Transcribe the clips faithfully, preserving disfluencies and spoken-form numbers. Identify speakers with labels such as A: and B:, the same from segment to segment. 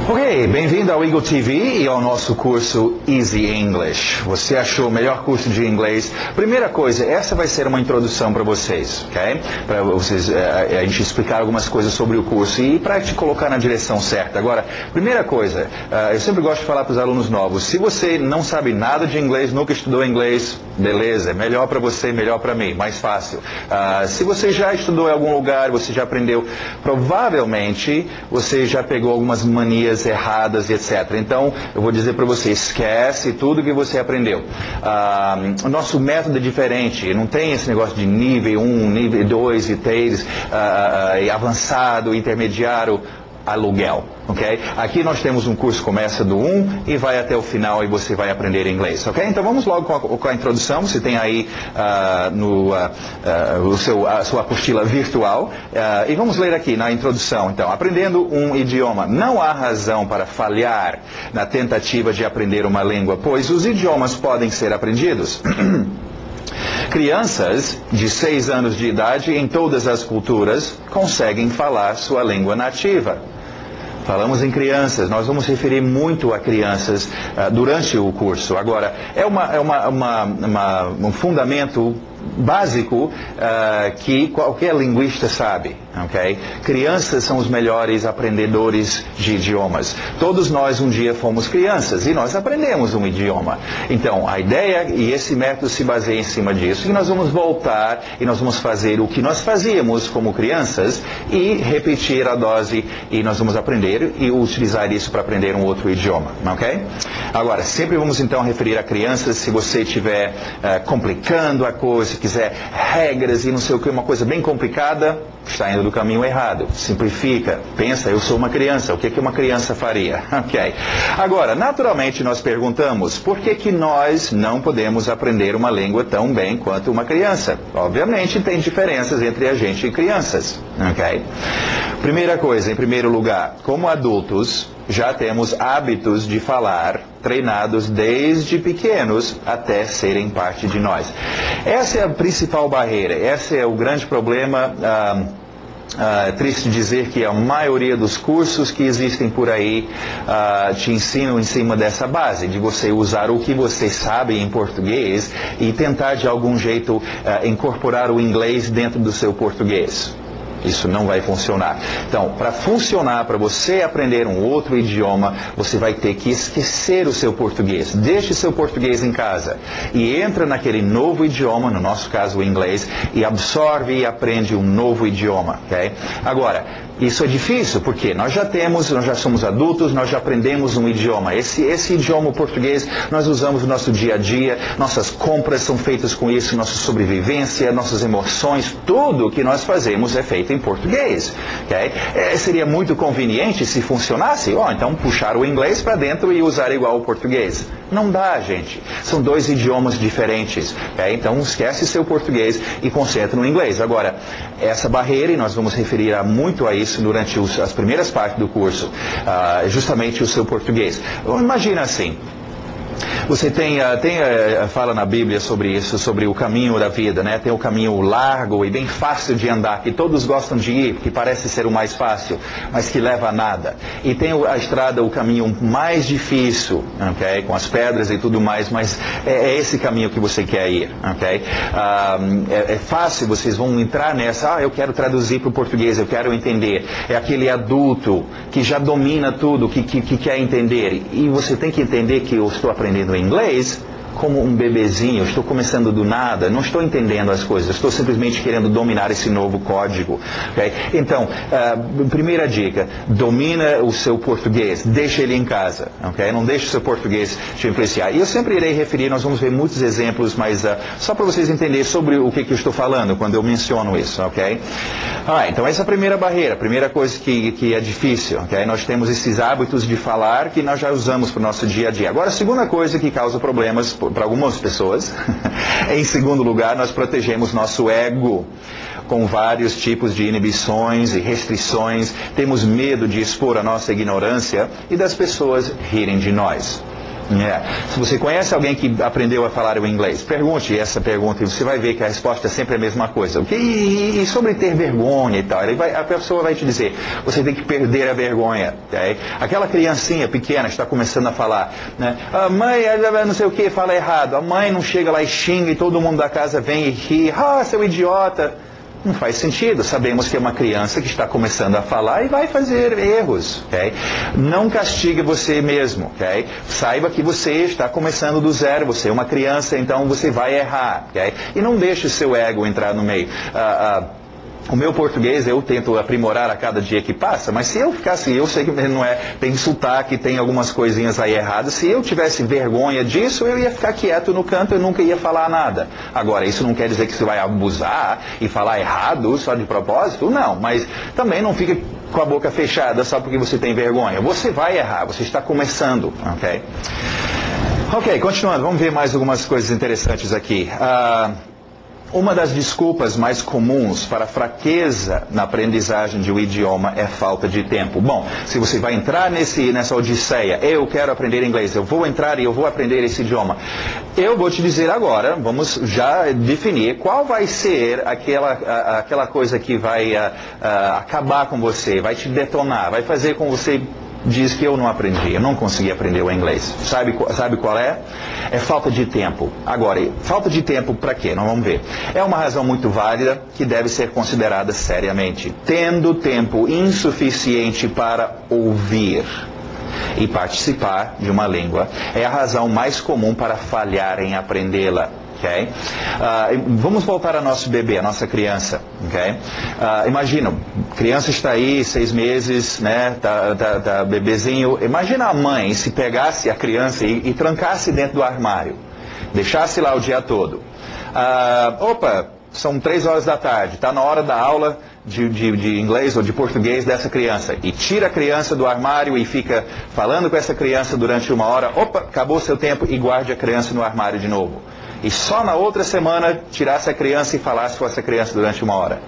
A: Ok, bem-vindo ao Eagle T V e ao nosso curso Easy English. Você achou o melhor curso de inglês? Primeira coisa, essa vai ser uma introdução para vocês, ok? Para vocês, a, a gente explicar algumas coisas sobre o curso e para te colocar na direção certa. Agora, primeira coisa, uh, eu sempre gosto de falar para os alunos novos, se você não sabe nada de inglês, nunca estudou inglês, beleza, melhor para você, melhor para mim, mais fácil. Uh, se você já estudou em algum lugar, você já aprendeu, provavelmente você já pegou algumas manias erradas e etcétera. Então, eu vou dizer para você, esquece tudo que você aprendeu. Ah, o nosso método é diferente, não tem esse negócio de nível um, nível dois e três, ah, ah, avançado, intermediário, aluguel, ok? Aqui nós temos um curso que começa do um e vai até o final e você vai aprender inglês, ok? Então vamos logo com a, com a introdução. Você tem aí uh, no, uh, uh, o seu, a sua apostila virtual uh, e vamos ler aqui na introdução. Então, aprendendo um idioma. Não há razão para falhar na tentativa de aprender uma língua, pois os idiomas podem ser aprendidos. Crianças de seis anos de idade em todas as culturas conseguem falar sua língua nativa. Falamos em crianças, nós vamos referir muito a crianças uh, durante o curso. Agora, é, uma, é uma, uma, uma, um fundamento básico uh, que qualquer linguista sabe, ok? Crianças são os melhores aprendedores de idiomas. Todos nós um dia fomos crianças e nós aprendemos um idioma. Então, a ideia e esse método se baseia em cima disso e nós vamos voltar e nós vamos fazer o que nós fazíamos como crianças e repetir a dose e nós vamos aprender e utilizar isso para aprender um outro idioma, ok? Agora, sempre vamos então referir a crianças. Se você estiver uh, complicando a coisa, se quiser regras e não sei o que, uma coisa bem complicada, está indo do caminho errado. Simplifica. Pensa, eu sou uma criança, o que, que uma criança faria? Ok. Agora, naturalmente nós perguntamos, por que que nós não podemos aprender uma língua tão bem quanto uma criança? Obviamente tem diferenças entre a gente e crianças. Ok. Primeira coisa, em primeiro lugar, como adultos, já temos hábitos de falar treinados desde pequenos até serem parte de nós. Essa é a principal barreira, esse é o grande problema. Ah, Uh, triste dizer que a maioria dos cursos que existem por aí uh, te ensinam em cima dessa base, de você usar o que você sabe em português e tentar de algum jeito uh, incorporar o inglês dentro do seu português. Isso não vai funcionar. Então, para funcionar, para você aprender um outro idioma, você vai ter que esquecer o seu português. Deixe seu português em casa e entra naquele novo idioma, no nosso caso o inglês, e absorve e aprende um novo idioma, ok? Agora, isso é difícil, porque nós já temos, nós já somos adultos, nós já aprendemos um idioma. Esse, esse idioma, o português, nós usamos no nosso dia a dia, nossas compras são feitas com isso, nossa sobrevivência, nossas emoções, tudo que nós fazemos é feito em português. Okay? É, seria muito conveniente se funcionasse, oh, então puxar o inglês para dentro e usar igual o português. Não dá, gente. São dois idiomas diferentes. Okay? Então esquece seu português e concentra no inglês. Agora, essa barreira, e nós vamos referir a muito a isso durante os, as primeiras partes do curso, uh, justamente o seu português. Imagina assim. Você tem, uh, tem uh, fala na Bíblia sobre isso, sobre o caminho da vida, né? Tem o caminho largo e bem fácil de andar, que todos gostam de ir, que parece ser o mais fácil, mas que leva a nada. E tem a estrada, o caminho mais difícil, ok? Com as pedras e tudo mais, mas é, é esse caminho que você quer ir, ok? Uh, é, é fácil, vocês vão entrar nessa, ah, eu quero traduzir para o português, eu quero entender. É aquele adulto que já domina tudo, que, que, que quer entender. E você tem que entender que eu estou aprendendo inglês como um bebezinho, estou começando do nada, não estou entendendo as coisas, estou simplesmente querendo dominar esse novo código. Okay? Então, uh, primeira dica, domina o seu português, deixa ele em casa, okay? Não deixe o seu português te influenciar. E eu sempre irei referir, nós vamos ver muitos exemplos, mas uh, só para vocês entenderem sobre o que, que eu estou falando quando eu menciono isso, ok? Ah, então essa é a primeira barreira, a primeira coisa que, que é difícil, ok? Nós temos esses hábitos de falar que nós já usamos para o nosso dia a dia. Agora, a segunda coisa que causa problemas para algumas pessoas, em segundo lugar, nós protegemos nosso ego com vários tipos de inibições e restrições. Temos medo de expor a nossa ignorância e das pessoas rirem de nós. É. Se você conhece alguém que aprendeu a falar o inglês, pergunte essa pergunta e você vai ver que a resposta é sempre a mesma coisa. E, e sobre ter vergonha e tal, ele vai, a pessoa vai te dizer, você tem que perder a vergonha. Okay? Aquela criancinha pequena está começando a falar, né? A mãe, não sei o que, fala errado. A mãe não chega lá e xinga e todo mundo da casa vem e ri. Ah, seu idiota. Não faz sentido. Sabemos que é uma criança que está começando a falar e vai fazer erros, ok? Não castigue você mesmo, ok? Saiba que você está começando do zero, você é uma criança, então você vai errar, ok? E não deixe o seu ego entrar no meio. Uh, uh, O meu português eu tento aprimorar a cada dia que passa, mas se eu ficasse, eu sei que não é, tem sotaque, tem algumas coisinhas aí erradas, se eu tivesse vergonha disso, eu ia ficar quieto no canto e nunca ia falar nada. Agora, isso não quer dizer que você vai abusar e falar errado só de propósito, não, mas também não fica com a boca fechada só porque você tem vergonha. Você vai errar, você está começando, ok? Ok, continuando, vamos ver mais algumas coisas interessantes aqui. Uh, Uma das desculpas mais comuns para a fraqueza na aprendizagem de um idioma é falta de tempo. Bom, se você vai entrar nesse, nessa odisseia, eu quero aprender inglês, eu vou entrar e eu vou aprender esse idioma. Eu vou te dizer agora, vamos já definir qual vai ser aquela, a, aquela coisa que vai a, a, acabar com você, vai te detonar, vai fazer com você... Diz que eu não aprendi, eu não consegui aprender o inglês. Sabe, sabe qual é? É falta de tempo. Agora, falta de tempo para quê? Nós vamos ver. É uma razão muito válida que deve ser considerada seriamente. Tendo tempo insuficiente para ouvir e participar de uma língua é a razão mais comum para falhar em aprendê-la. Okay? Uh, vamos voltar ao nosso bebê, a nossa criança. Okay? Uh, imagina, criança está aí, seis meses, né, tá, tá, tá bebezinho. Imagina a mãe se pegasse a criança e, e trancasse dentro do armário, deixasse lá o dia todo. Uh, opa, são três horas da tarde, está na hora da aula de, de, de inglês ou de português dessa criança. E tira a criança do armário e fica falando com essa criança durante uma hora. Opa, acabou o seu tempo e guarde a criança no armário de novo. E só na outra semana tirasse a criança e falasse com essa criança durante uma hora.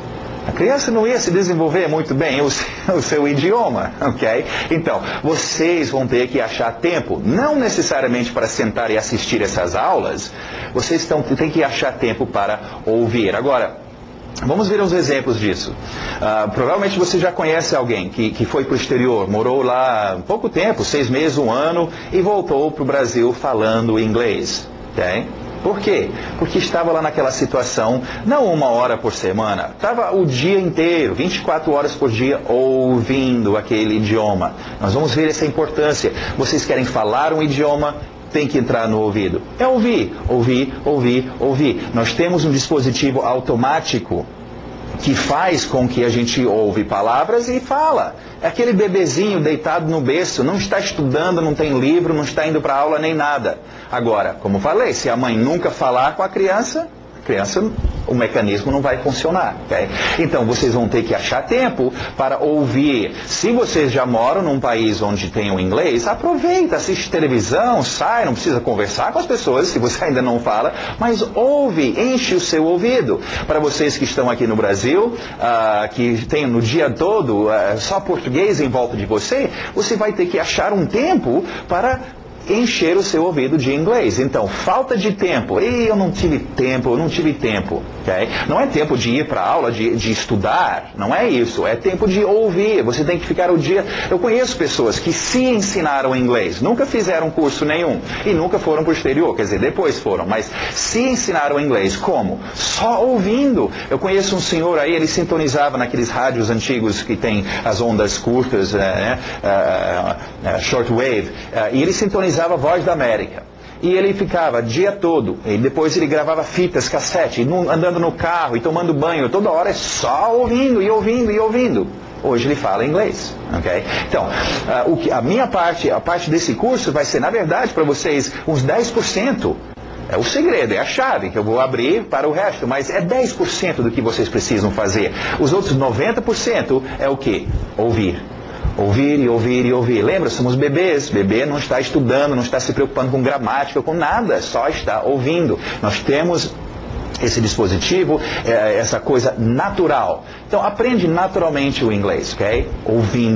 A: A criança não ia se desenvolver muito bem o seu, o seu idioma, ok? Então, vocês vão ter que achar tempo, não necessariamente para sentar e assistir essas aulas, vocês estão, têm que achar tempo para ouvir. Agora, vamos ver uns exemplos disso. Uh, provavelmente você já conhece alguém que, que foi para o exterior, morou lá pouco tempo, seis meses, um ano, e voltou para o Brasil falando inglês, ok? Por quê? Porque estava lá naquela situação, não uma hora por semana, estava o dia inteiro, vinte e quatro horas por dia, ouvindo aquele idioma. Nós vamos ver essa importância. Vocês querem falar um idioma, tem que entrar no ouvido. É ouvir, ouvir, ouvir, ouvir. Nós temos um dispositivo automático que faz com que a gente ouve palavras e fala. É aquele bebezinho deitado no berço, não está estudando, não tem livro, não está indo para aula nem nada. Agora, como falei, se a mãe nunca falar com a criança, a criança, o mecanismo não vai funcionar. Okay? Então, vocês vão ter que achar tempo para ouvir. Se vocês já moram num país onde tem o inglês, aproveita, assiste televisão, sai, não precisa conversar com as pessoas, se você ainda não fala, mas ouve, enche o seu ouvido. Para vocês que estão aqui no Brasil, uh, que tem no dia todo uh, só português em volta de você, você vai ter que achar um tempo para encher o seu ouvido de inglês. Então, falta de tempo. E eu não tive tempo, eu não tive tempo. Okay? Não é tempo de ir para a aula, de, de estudar. Não é isso. É tempo de ouvir. Você tem que ficar o dia... Eu conheço pessoas que se ensinaram inglês, nunca fizeram curso nenhum e nunca foram para o exterior. Quer dizer, depois foram. Mas se ensinaram inglês. Como? Só ouvindo. Eu conheço um senhor aí, ele sintonizava naqueles rádios antigos que tem as ondas curtas, né? uh, uh, uh, shortwave, uh, e ele sintonizava a Voz da América. E ele ficava o dia todo, e depois ele gravava fitas, cassete, andando no carro e tomando banho, toda hora é só ouvindo e ouvindo e ouvindo. Hoje ele fala inglês, ok? Então, uh, o que, a minha parte, a parte desse curso vai ser, na verdade, para vocês, uns dez por cento. É o segredo, é a chave que eu vou abrir para o resto, mas é dez por cento do que vocês precisam fazer. Os outros noventa por cento é o quê? Ouvir. Ouvir e ouvir e ouvir. Lembra, somos bebês. Bebê não está estudando, não está se preocupando com gramática, com nada, só está ouvindo. Nós temos esse dispositivo, essa coisa natural. Então, aprende naturalmente o inglês, ok? Ouvindo.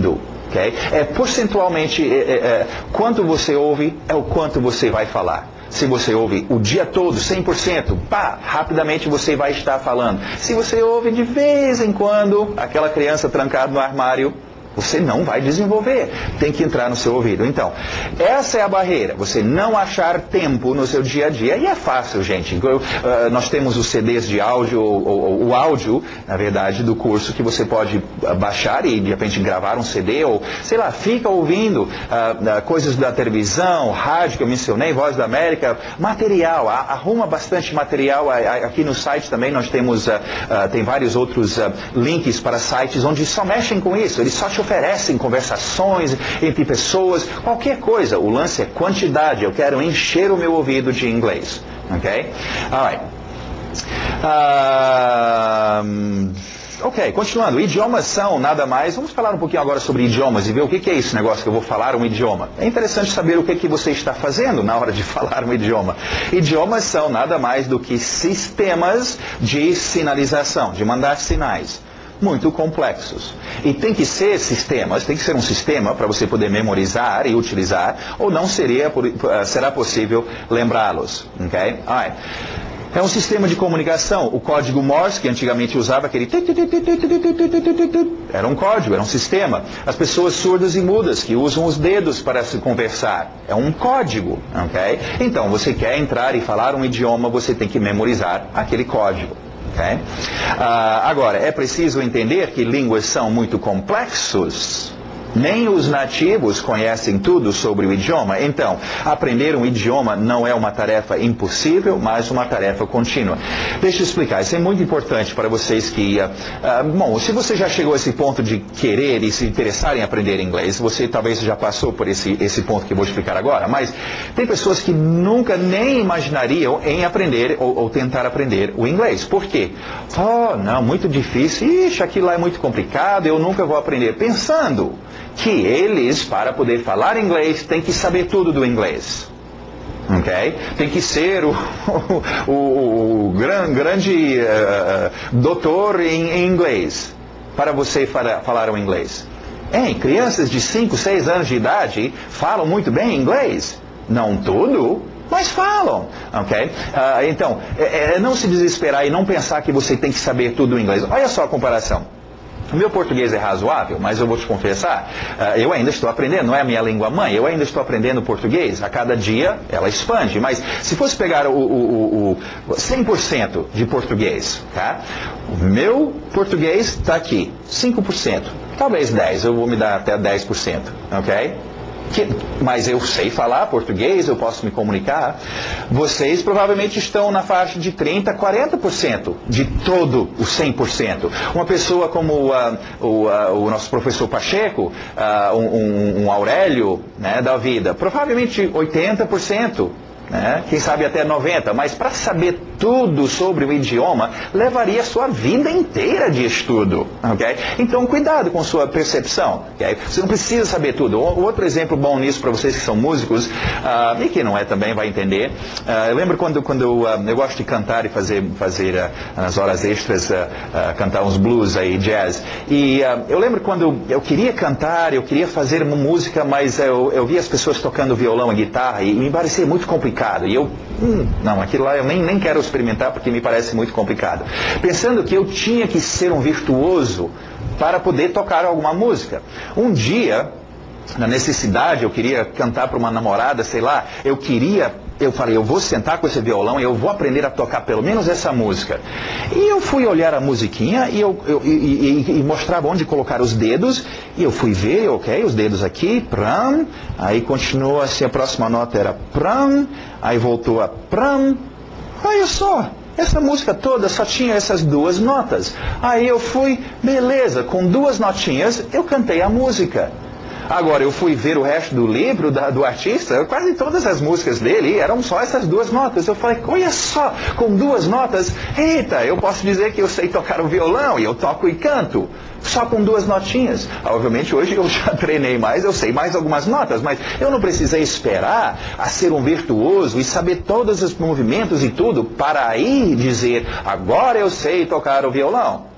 A: Okay? É percentualmente, é, é, é, quanto você ouve é o quanto você vai falar. Se você ouve o dia todo, cem por cento, pá, rapidamente você vai estar falando. Se você ouve de vez em quando, aquela criança trancada no armário, você não vai desenvolver. Tem que entrar no seu ouvido. Então, essa é a barreira. Você não achar tempo no seu dia a dia. E é fácil, gente. Uh, nós temos os C Ds de áudio, ou, ou, o áudio, na verdade, do curso, que você pode baixar e, de repente, gravar um C D, ou, sei lá, fica ouvindo uh, uh, coisas da televisão, rádio, que eu mencionei, Voz da América, material. Arruma bastante material. Aqui no site também nós temos, uh, uh, tem vários outros uh, links para sites onde só mexem com isso. Eles só te oferecem conversações entre pessoas, qualquer coisa. O lance é quantidade. Eu quero encher o meu ouvido de inglês. Ok? Alright. Um, ok, continuando. Idiomas são nada mais. Vamos falar um pouquinho agora sobre idiomas e ver o que é esse negócio que eu vou falar um idioma. É interessante saber o que, que você está fazendo na hora de falar um idioma. Idiomas são nada mais do que sistemas de sinalização, de mandar sinais. Muito complexos. E tem que ser sistemas, tem que ser um sistema para você poder memorizar e utilizar, ou não seria, será possível lembrá-los. Okay? Alright. É um sistema de comunicação. O código Morse, que antigamente usava aquele... Era um código, era um sistema. As pessoas surdas e mudas, que usam os dedos para se conversar. É um código. Okay? Então, você quer entrar e falar um idioma, você tem que memorizar aquele código. Okay? Uh, agora, é preciso entender que línguas são muito complexos. Nem os nativos conhecem tudo sobre o idioma. Então, aprender um idioma não é uma tarefa impossível, mas uma tarefa contínua. Deixa eu explicar. Isso é muito importante para vocês que... Uh, uh, bom, se você já chegou a esse ponto de querer e se interessar em aprender inglês, você talvez já passou por esse, esse ponto que eu vou explicar agora. Mas tem pessoas que nunca nem imaginariam em aprender ou, ou tentar aprender o inglês. Por quê? Oh, não, muito difícil. Ixi, aquilo lá é muito complicado, eu nunca vou aprender. Pensando que eles, para poder falar inglês, têm que saber tudo do inglês. Ok? Tem que ser o, o, o, o gran, grande uh, doutor em, em inglês para você para, falar o inglês. Hein, crianças de cinco, seis anos de idade falam muito bem inglês. Não tudo, mas falam. Ok? Uh, então, é, é não se desesperar e não pensar que você tem que saber tudo o inglês. Olha só a comparação. O meu português é razoável, mas eu vou te confessar, uh, eu ainda estou aprendendo, não é a minha língua mãe, eu ainda estou aprendendo português. A cada dia ela expande, mas se fosse pegar o, o, o, o cem por cento de português, tá? O meu português está aqui, cinco por cento, talvez dez por cento, eu vou me dar até dez por cento, ok? Que, mas eu sei falar português, eu posso me comunicar. Vocês provavelmente estão na faixa de trinta por cento, quarenta por cento de todo o cem por cento. Uma pessoa como uh, o, uh, o nosso professor Pacheco, uh, um, um Aurélio, né, da vida, provavelmente oitenta por cento. Né? Quem sabe até noventa por cento, mas para saber tudo sobre o idioma, levaria a sua vida inteira de estudo. Okay? Então, cuidado com sua percepção. Okay? Você não precisa saber tudo. O outro exemplo bom nisso para vocês que são músicos, uh, e que não é também, vai entender. Uh, eu lembro quando, quando uh, eu gosto de cantar e fazer, fazer uh, nas horas extras, uh, uh, cantar uns blues aí, jazz. E uh, eu lembro quando eu queria cantar, eu queria fazer uma música, mas eu, eu via as pessoas tocando violão e guitarra e me parecia muito complicado. E eu, hum, não, aquilo lá eu nem, nem quero experimentar porque me parece muito complicado. Pensando que eu tinha que ser um virtuoso para poder tocar alguma música. Um dia, na necessidade, eu queria cantar para uma namorada, sei lá, eu queria, eu falei, eu vou sentar com esse violão e eu vou aprender a tocar pelo menos essa música. E eu fui olhar a musiquinha e, eu, eu, e, e, e mostrava onde colocar os dedos, e eu fui ver, ok, os dedos aqui, pram, aí continuou assim, a próxima nota era pram, aí voltou a pram, aí só. Essa música toda só tinha essas duas notas. Aí eu fui, beleza, com duas notinhas eu cantei a música. Agora, eu fui ver o resto do livro da, do artista, quase todas as músicas dele eram só essas duas notas. Eu falei, olha só, com duas notas, eita, eu posso dizer que eu sei tocar o violão, e eu toco e canto, só com duas notinhas. Obviamente, hoje eu já treinei mais, eu sei mais algumas notas, mas eu não precisei esperar a ser um virtuoso e saber todos os movimentos e tudo, para aí dizer, agora eu sei tocar o violão.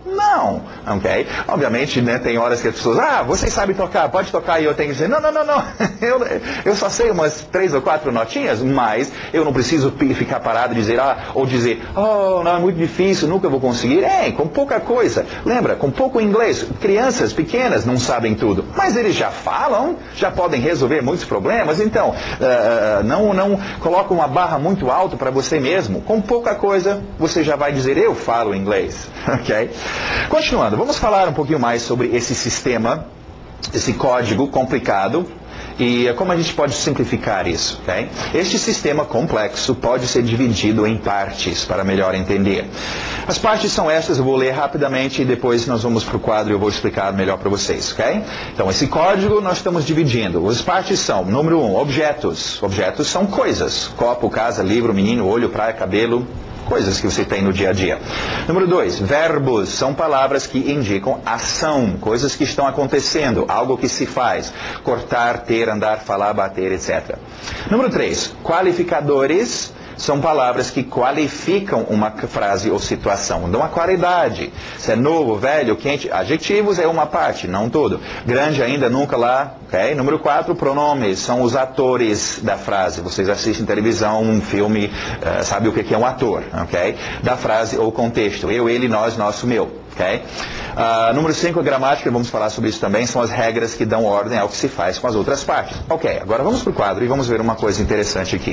A: Não, ok? Obviamente, né, tem horas que as pessoas, ah, você sabe tocar, pode tocar, e eu tenho que dizer, não, não, não, não, eu, eu só sei umas três ou quatro notinhas, mas eu não preciso ficar parado e dizer, ah, ou dizer, oh, não, é muito difícil, nunca vou conseguir. É, com pouca coisa. Lembra, com pouco inglês, crianças pequenas não sabem tudo, mas eles já falam, já podem resolver muitos problemas, então, uh, não, não coloca uma barra muito alta para você mesmo. Com pouca coisa, você já vai dizer, eu falo inglês, ok? Continuando, vamos falar um pouquinho mais sobre esse sistema, esse código complicado e como a gente pode simplificar isso, ok? Este sistema complexo pode ser dividido em partes para melhor entender. As partes são estas, eu vou ler rapidamente e depois nós vamos para o quadro e eu vou explicar melhor para vocês, ok? Então, esse código nós estamos dividindo. As partes são, número um, objetos. Objetos são coisas. Copo, casa, livro, menino, olho, praia, cabelo. Coisas que você tem no dia a dia. Número dois, verbos são palavras que indicam ação, coisas que estão acontecendo, algo que se faz, cortar, ter, andar, falar, bater, etcétera. Número três, qualificadores são palavras que qualificam uma frase ou situação, dão a qualidade. Se é novo, velho, quente, adjetivos é uma parte, não todo. Grande ainda, nunca lá, ok? Número quatro, pronomes, são os atores da frase. Vocês assistem televisão, um filme, uh, sabe o que é um ator, ok? Da frase ou contexto, eu, ele, nós, nosso, meu. Okay? Uh, número cinco, a gramática, vamos falar sobre isso também, são as regras que dão ordem ao que se faz com as outras partes. Ok, agora vamos para o quadro e vamos ver uma coisa interessante aqui.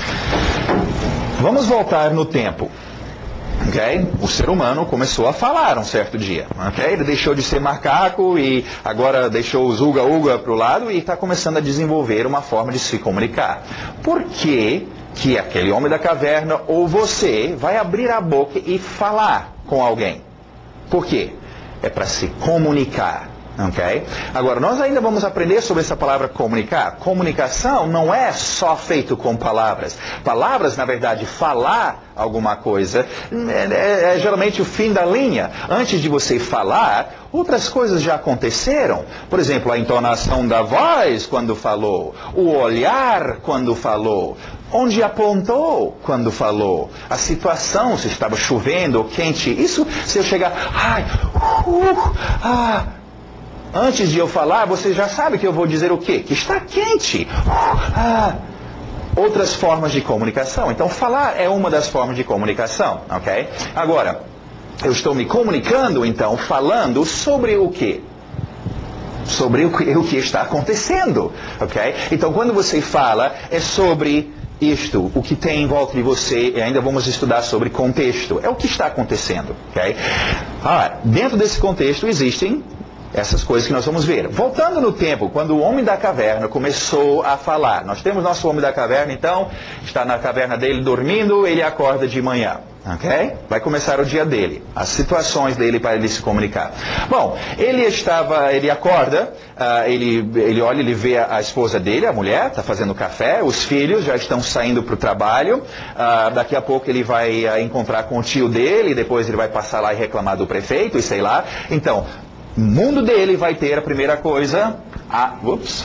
A: Vamos voltar no tempo. Okay? O ser humano começou a falar um certo dia. Okay? Ele deixou de ser macaco e agora deixou os uga-uga para o lado e está começando a desenvolver uma forma de se comunicar. Por que que aquele homem da caverna ou você vai abrir a boca e falar com alguém? Por quê? É para se comunicar. Okay? Agora, nós ainda vamos aprender sobre essa palavra comunicar. Comunicação não é só feito com palavras. Palavras, na verdade, falar alguma coisa é, é, é geralmente o fim da linha. Antes de você falar, outras coisas já aconteceram. Por exemplo, a entonação da voz quando falou, o olhar quando falou, onde apontou quando falou, a situação, se estava chovendo ou quente. Isso, se eu chegar, ai, uh, ah, antes de eu falar, você já sabe que eu vou dizer o quê? Que está quente. Uh, ah, outras formas de comunicação. Então, falar é uma das formas de comunicação, ok? Agora, eu estou me comunicando, então, falando sobre o quê? Sobre o que, o que está acontecendo, ok? Então, quando você fala, é sobre isto, o que tem em volta de você, e ainda vamos estudar sobre contexto. É o que está acontecendo, ok? Ah, dentro desse contexto existem essas coisas que nós vamos ver. Voltando no tempo, quando o homem da caverna começou a falar. Nós temos nosso homem da caverna, então, está na caverna dele dormindo, ele acorda de manhã. Ok? Vai começar o dia dele. As situações dele para ele se comunicar. Bom, ele estava, ele acorda, uh, ele, ele olha, ele vê a, a esposa dele, a mulher, está fazendo café, os filhos já estão saindo para o trabalho, uh, daqui a pouco ele vai uh, encontrar com o tio dele, depois ele vai passar lá e reclamar do prefeito, e sei lá. Então, o mundo dele vai ter a primeira coisa, a, ups,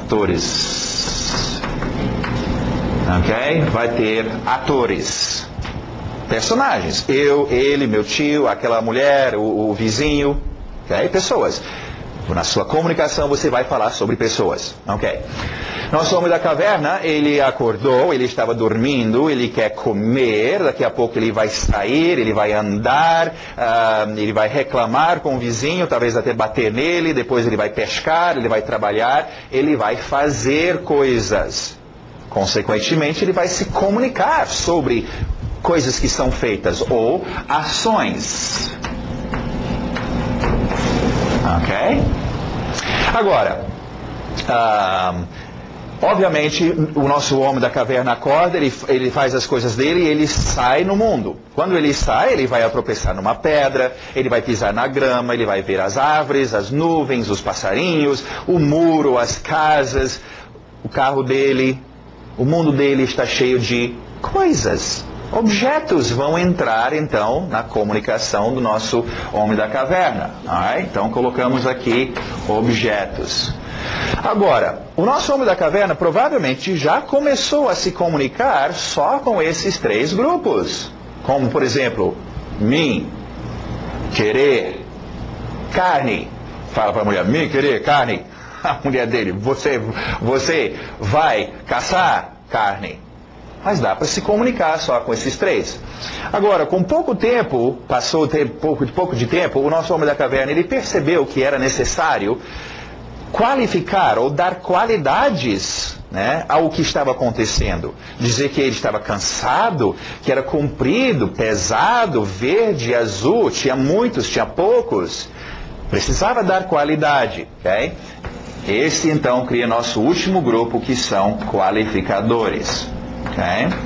A: atores. Ok? Vai ter atores. Personagens. Eu, ele, meu tio, aquela mulher, o, o vizinho. Ok? Pessoas. Na sua comunicação você vai falar sobre pessoas. Ok? Nosso homem da caverna, ele acordou, ele estava dormindo, ele quer comer, daqui a pouco ele vai sair, ele vai andar, uh, ele vai reclamar com o vizinho, talvez até bater nele, depois ele vai pescar, ele vai trabalhar, ele vai fazer coisas. Consequentemente, ele vai se comunicar sobre coisas que são feitas ou ações. Ok? Agora, uh, obviamente, o nosso homem da caverna acorda, ele, ele faz as coisas dele e ele sai no mundo. Quando ele sai, ele vai tropeçar numa pedra, ele vai pisar na grama, ele vai ver as árvores, as nuvens, os passarinhos, o muro, as casas, o carro dele, o mundo dele está cheio de coisas. Objetos vão entrar, então, na comunicação do nosso homem da caverna. Right? Então, colocamos aqui objetos. Agora, o nosso homem da caverna provavelmente já começou a se comunicar só com esses três grupos. Como, por exemplo, mim, querer carne. Fala para a mulher, me querer carne. A mulher dele, você, você vai caçar carne. Mas dá para se comunicar só com esses três. Agora, com pouco tempo, passou ter pouco, pouco de tempo, o nosso homem da caverna, ele percebeu que era necessário qualificar ou dar qualidades, né, ao que estava acontecendo. Dizer que ele estava cansado, que era comprido, pesado, verde, azul, tinha muitos, tinha poucos. Precisava dar qualidade, ok? Esse então cria nosso último grupo, que são qualificadores, ok?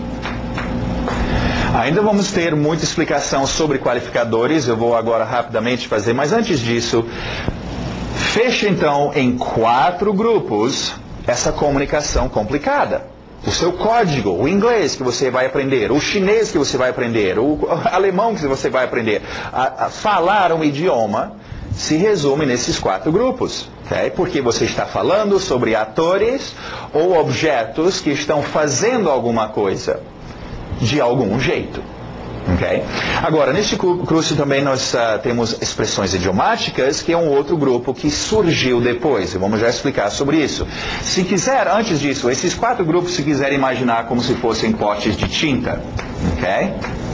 A: Ainda vamos ter muita explicação sobre qualificadores, eu vou agora rapidamente fazer, mas antes disso, feche então em quatro grupos essa comunicação complicada. O seu código, o inglês que você vai aprender, o chinês que você vai aprender, o alemão que você vai aprender. A, a falar um idioma se resume nesses quatro grupos, okay? Porque você está falando sobre atores ou objetos que estão fazendo alguma coisa, de algum jeito. Okay? Agora, neste curso também nós uh, temos expressões idiomáticas, que é um outro grupo que surgiu depois. Vamos já explicar sobre isso. Se quiser, antes disso, esses quatro grupos, se quiser imaginar como se fossem potes de tinta. Okay?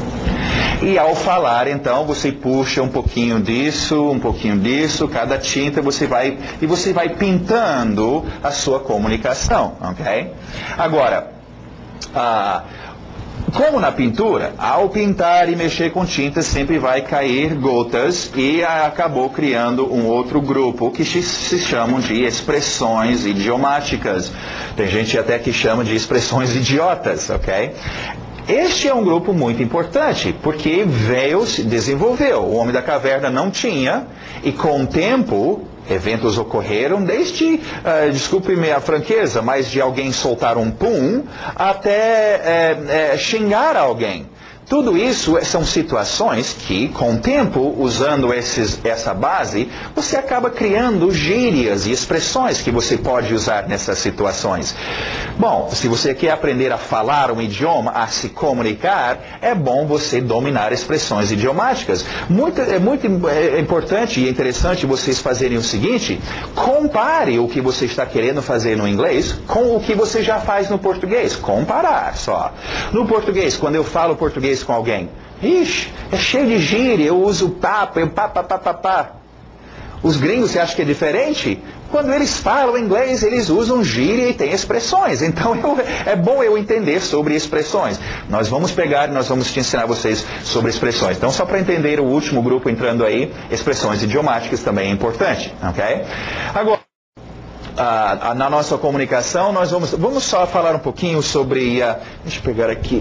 A: E ao falar, então, você puxa um pouquinho disso, um pouquinho disso, cada tinta você vai, e você vai pintando a sua comunicação, ok? Agora, ah, como na pintura, ao pintar e mexer com tinta sempre vai cair gotas e acabou criando um outro grupo que se chamam de expressões idiomáticas. Tem gente até que chama de expressões idiotas, ok? Este é um grupo muito importante, porque veio, se desenvolveu. O homem da caverna não tinha, e com o tempo, eventos ocorreram desde, uh, desculpe-me a franqueza, mas de alguém soltar um pum, até é, é, xingar alguém. Tudo isso são situações que, com o tempo, usando esses, essa base, você acaba criando gírias e expressões que você pode usar nessas situações. Bom, se você quer aprender a falar um idioma, a se comunicar, é bom você dominar expressões idiomáticas. Muito, é muito é importante e interessante vocês fazerem o seguinte: compare o que você está querendo fazer no inglês com o que você já faz no português. Comparar só. No português, quando eu falo português com alguém, ixi, é cheio de gíria, eu uso papo, eu pá, pá, pá, pá, pá. Os gringos, você acha que é diferente? Quando eles falam inglês, eles usam gíria e têm expressões. Então, eu, é bom eu entender sobre expressões. Nós vamos pegar e nós vamos te ensinar vocês sobre expressões. Então, só para entender o último grupo entrando aí, expressões idiomáticas também é importante, ok? Agora, ah, na nossa comunicação, nós vamos, vamos só falar um pouquinho sobre, uh, deixa eu pegar aqui,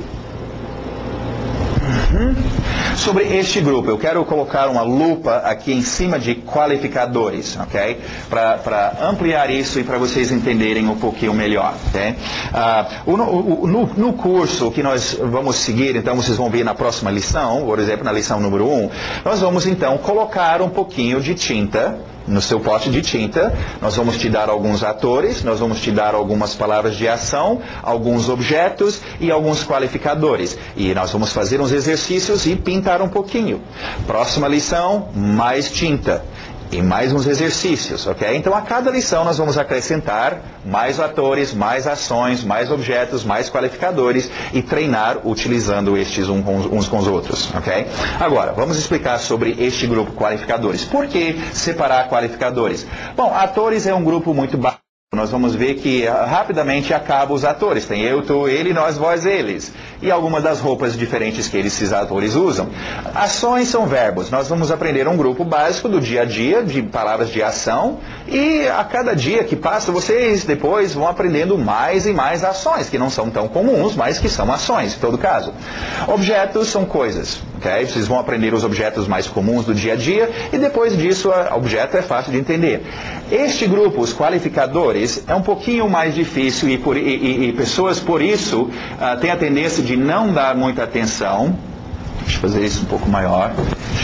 A: Uhum. sobre este grupo. Eu quero colocar uma lupa aqui em cima de qualificadores, ok? Para ampliar isso e para vocês entenderem um pouquinho melhor, ok? Uh, o, no, no curso que nós vamos seguir, então vocês vão ver na próxima lição, por exemplo, na lição número um, nós vamos então colocar um pouquinho de tinta no seu pote de tinta. Nós vamos te dar alguns atores, nós vamos te dar algumas palavras de ação, alguns objetos e alguns qualificadores. E nós vamos fazer uns exercícios e pintar um pouquinho. Próxima lição, mais tinta. E mais uns exercícios, ok? Então, a cada lição nós vamos acrescentar mais atores, mais ações, mais objetos, mais qualificadores e treinar utilizando estes uns com os outros, ok? Agora, vamos explicar sobre este grupo qualificadores. Por que separar qualificadores? Bom, atores é um grupo muito básico. Nós vamos ver que rapidamente acaba os atores. Tem eu, tu, ele, nós, vós, eles. E algumas das roupas diferentes que esses atores usam. Ações são verbos. Nós vamos aprender um grupo básico do dia a dia, de palavras de ação. E a cada dia que passa, vocês depois vão aprendendo mais e mais ações, que não são tão comuns, mas que são ações, em todo caso. Objetos são coisas. Okay? Vocês vão aprender os objetos mais comuns do dia a dia. E depois disso, o objeto é fácil de entender. Este grupo, os qualificadores, é um pouquinho mais difícil e, por, e, e, e pessoas, por isso, uh, têm a tendência de não dar muita atenção. Deixa eu fazer isso um pouco maior.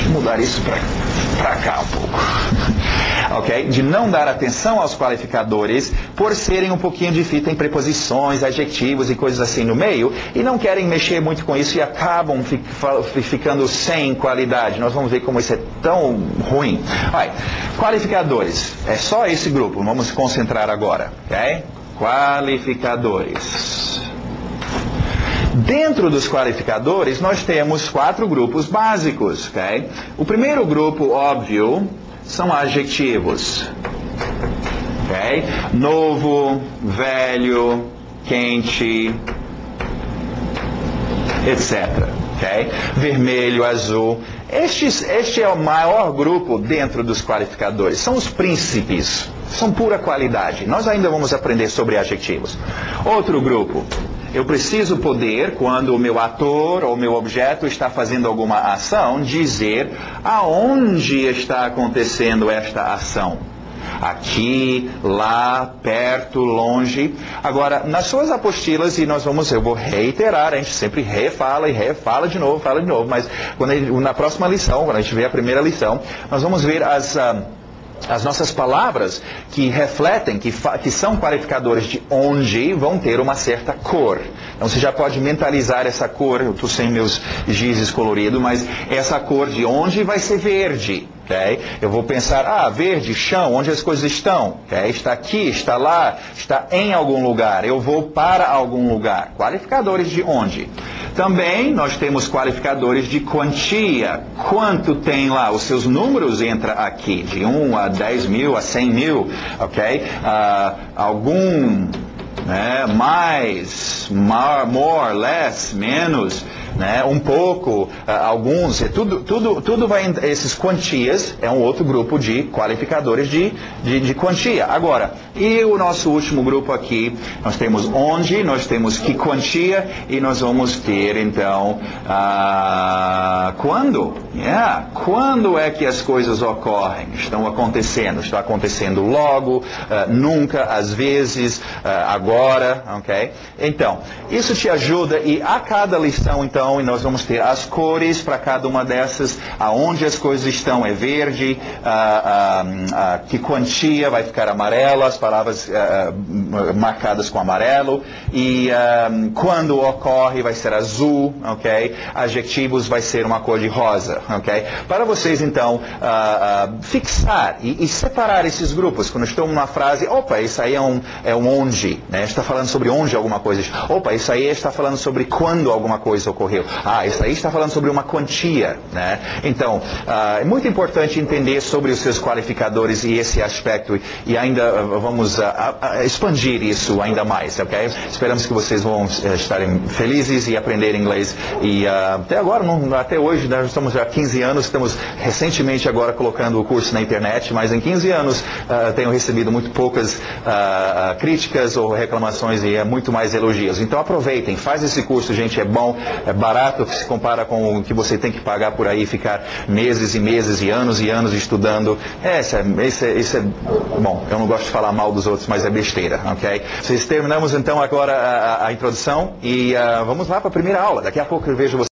A: Deixa eu mudar isso para cá um pouco. Ok? De não dar atenção aos qualificadores por serem um pouquinho de fita em preposições, adjetivos e coisas assim no meio, e não querem mexer muito com isso e acabam fi ficando sem qualidade. Nós vamos ver como isso é tão ruim. Vai. Qualificadores. É só esse grupo. Vamos se concentrar agora. Ok? Qualificadores. Dentro dos qualificadores, nós temos quatro grupos básicos. Ok? O primeiro grupo, óbvio, são adjetivos. Ok? Novo, velho, quente, etcétera. Okay? Vermelho, azul. Estes, este é o maior grupo dentro dos qualificadores. São os príncipes. São pura qualidade. Nós ainda vamos aprender sobre adjetivos. Outro grupo. Eu preciso poder, quando o meu ator ou meu objeto está fazendo alguma ação, dizer aonde está acontecendo esta ação. Aqui, lá, perto, longe. Agora, nas suas apostilas, e nós vamos, eu vou reiterar, a gente sempre refala e refala de novo, fala de novo, mas quando gente, na próxima lição, quando a gente vê a primeira lição, nós vamos ver as... Uh, As nossas palavras que refletem, que, que são qualificadores de onde, vão ter uma certa cor. Então você já pode mentalizar essa cor. Eu estou sem meus gizes coloridos, mas essa cor de onde vai ser verde. Okay? Eu vou pensar, ah, verde, chão, onde as coisas estão. Okay? Está aqui, está lá, está em algum lugar. Eu vou para algum lugar. Qualificadores de onde. Também nós temos qualificadores de quantia. Quanto tem lá? Os seus números entram aqui, de um a dez mil, a cem mil, ok? Uh, algum, né, mais, more, more, less, menos, né, um pouco, uh, alguns, tudo, tudo, tudo vai, esses quantias é um outro grupo de qualificadores de, de, de quantia. Agora, e o nosso último grupo aqui, nós temos onde, nós temos que quantia e nós vamos ter então, uh, quando? Yeah, quando é que as coisas ocorrem? Estão acontecendo, está acontecendo logo, uh, nunca, às vezes, uh, agora, ok? Então, isso te ajuda e a cada lição então, e nós vamos ter as cores para cada uma dessas, aonde as coisas estão é verde, a, a, a, que quantia vai ficar amarelo, as palavras a, a, marcadas com amarelo, e a, quando ocorre vai ser azul, ok? Adjetivos vai ser uma cor de rosa, ok? Para vocês então a, a, fixar e, e separar esses grupos, quando estou numa frase, opa, isso aí é um, é um onde, né? Está falando sobre onde alguma coisa, opa, isso aí está falando sobre quando alguma coisa ocorreu. Ah, isso aí está falando sobre uma quantia, né? Então, uh, é muito importante entender sobre os seus qualificadores e esse aspecto, e ainda uh, vamos uh, uh, expandir isso ainda mais, ok? Esperamos que vocês vão uh, estarem felizes e aprender inglês. E uh, até agora, não, até hoje, nós estamos já há quinze anos, estamos recentemente agora colocando o curso na internet, mas em quinze anos uh, tenho recebido muito poucas uh, uh, críticas ou reclamações e é muito mais elogios. Então aproveitem, faz esse curso, gente, é bom, é barato, se compara com o que você tem que pagar por aí, ficar meses e meses e anos e anos estudando. É, isso é, isso é, isso é bom, eu não gosto de falar mal dos outros, mas é besteira, ok? Vocês terminamos então agora a, a introdução e uh, vamos lá para a primeira aula. Daqui a pouco eu vejo vocês.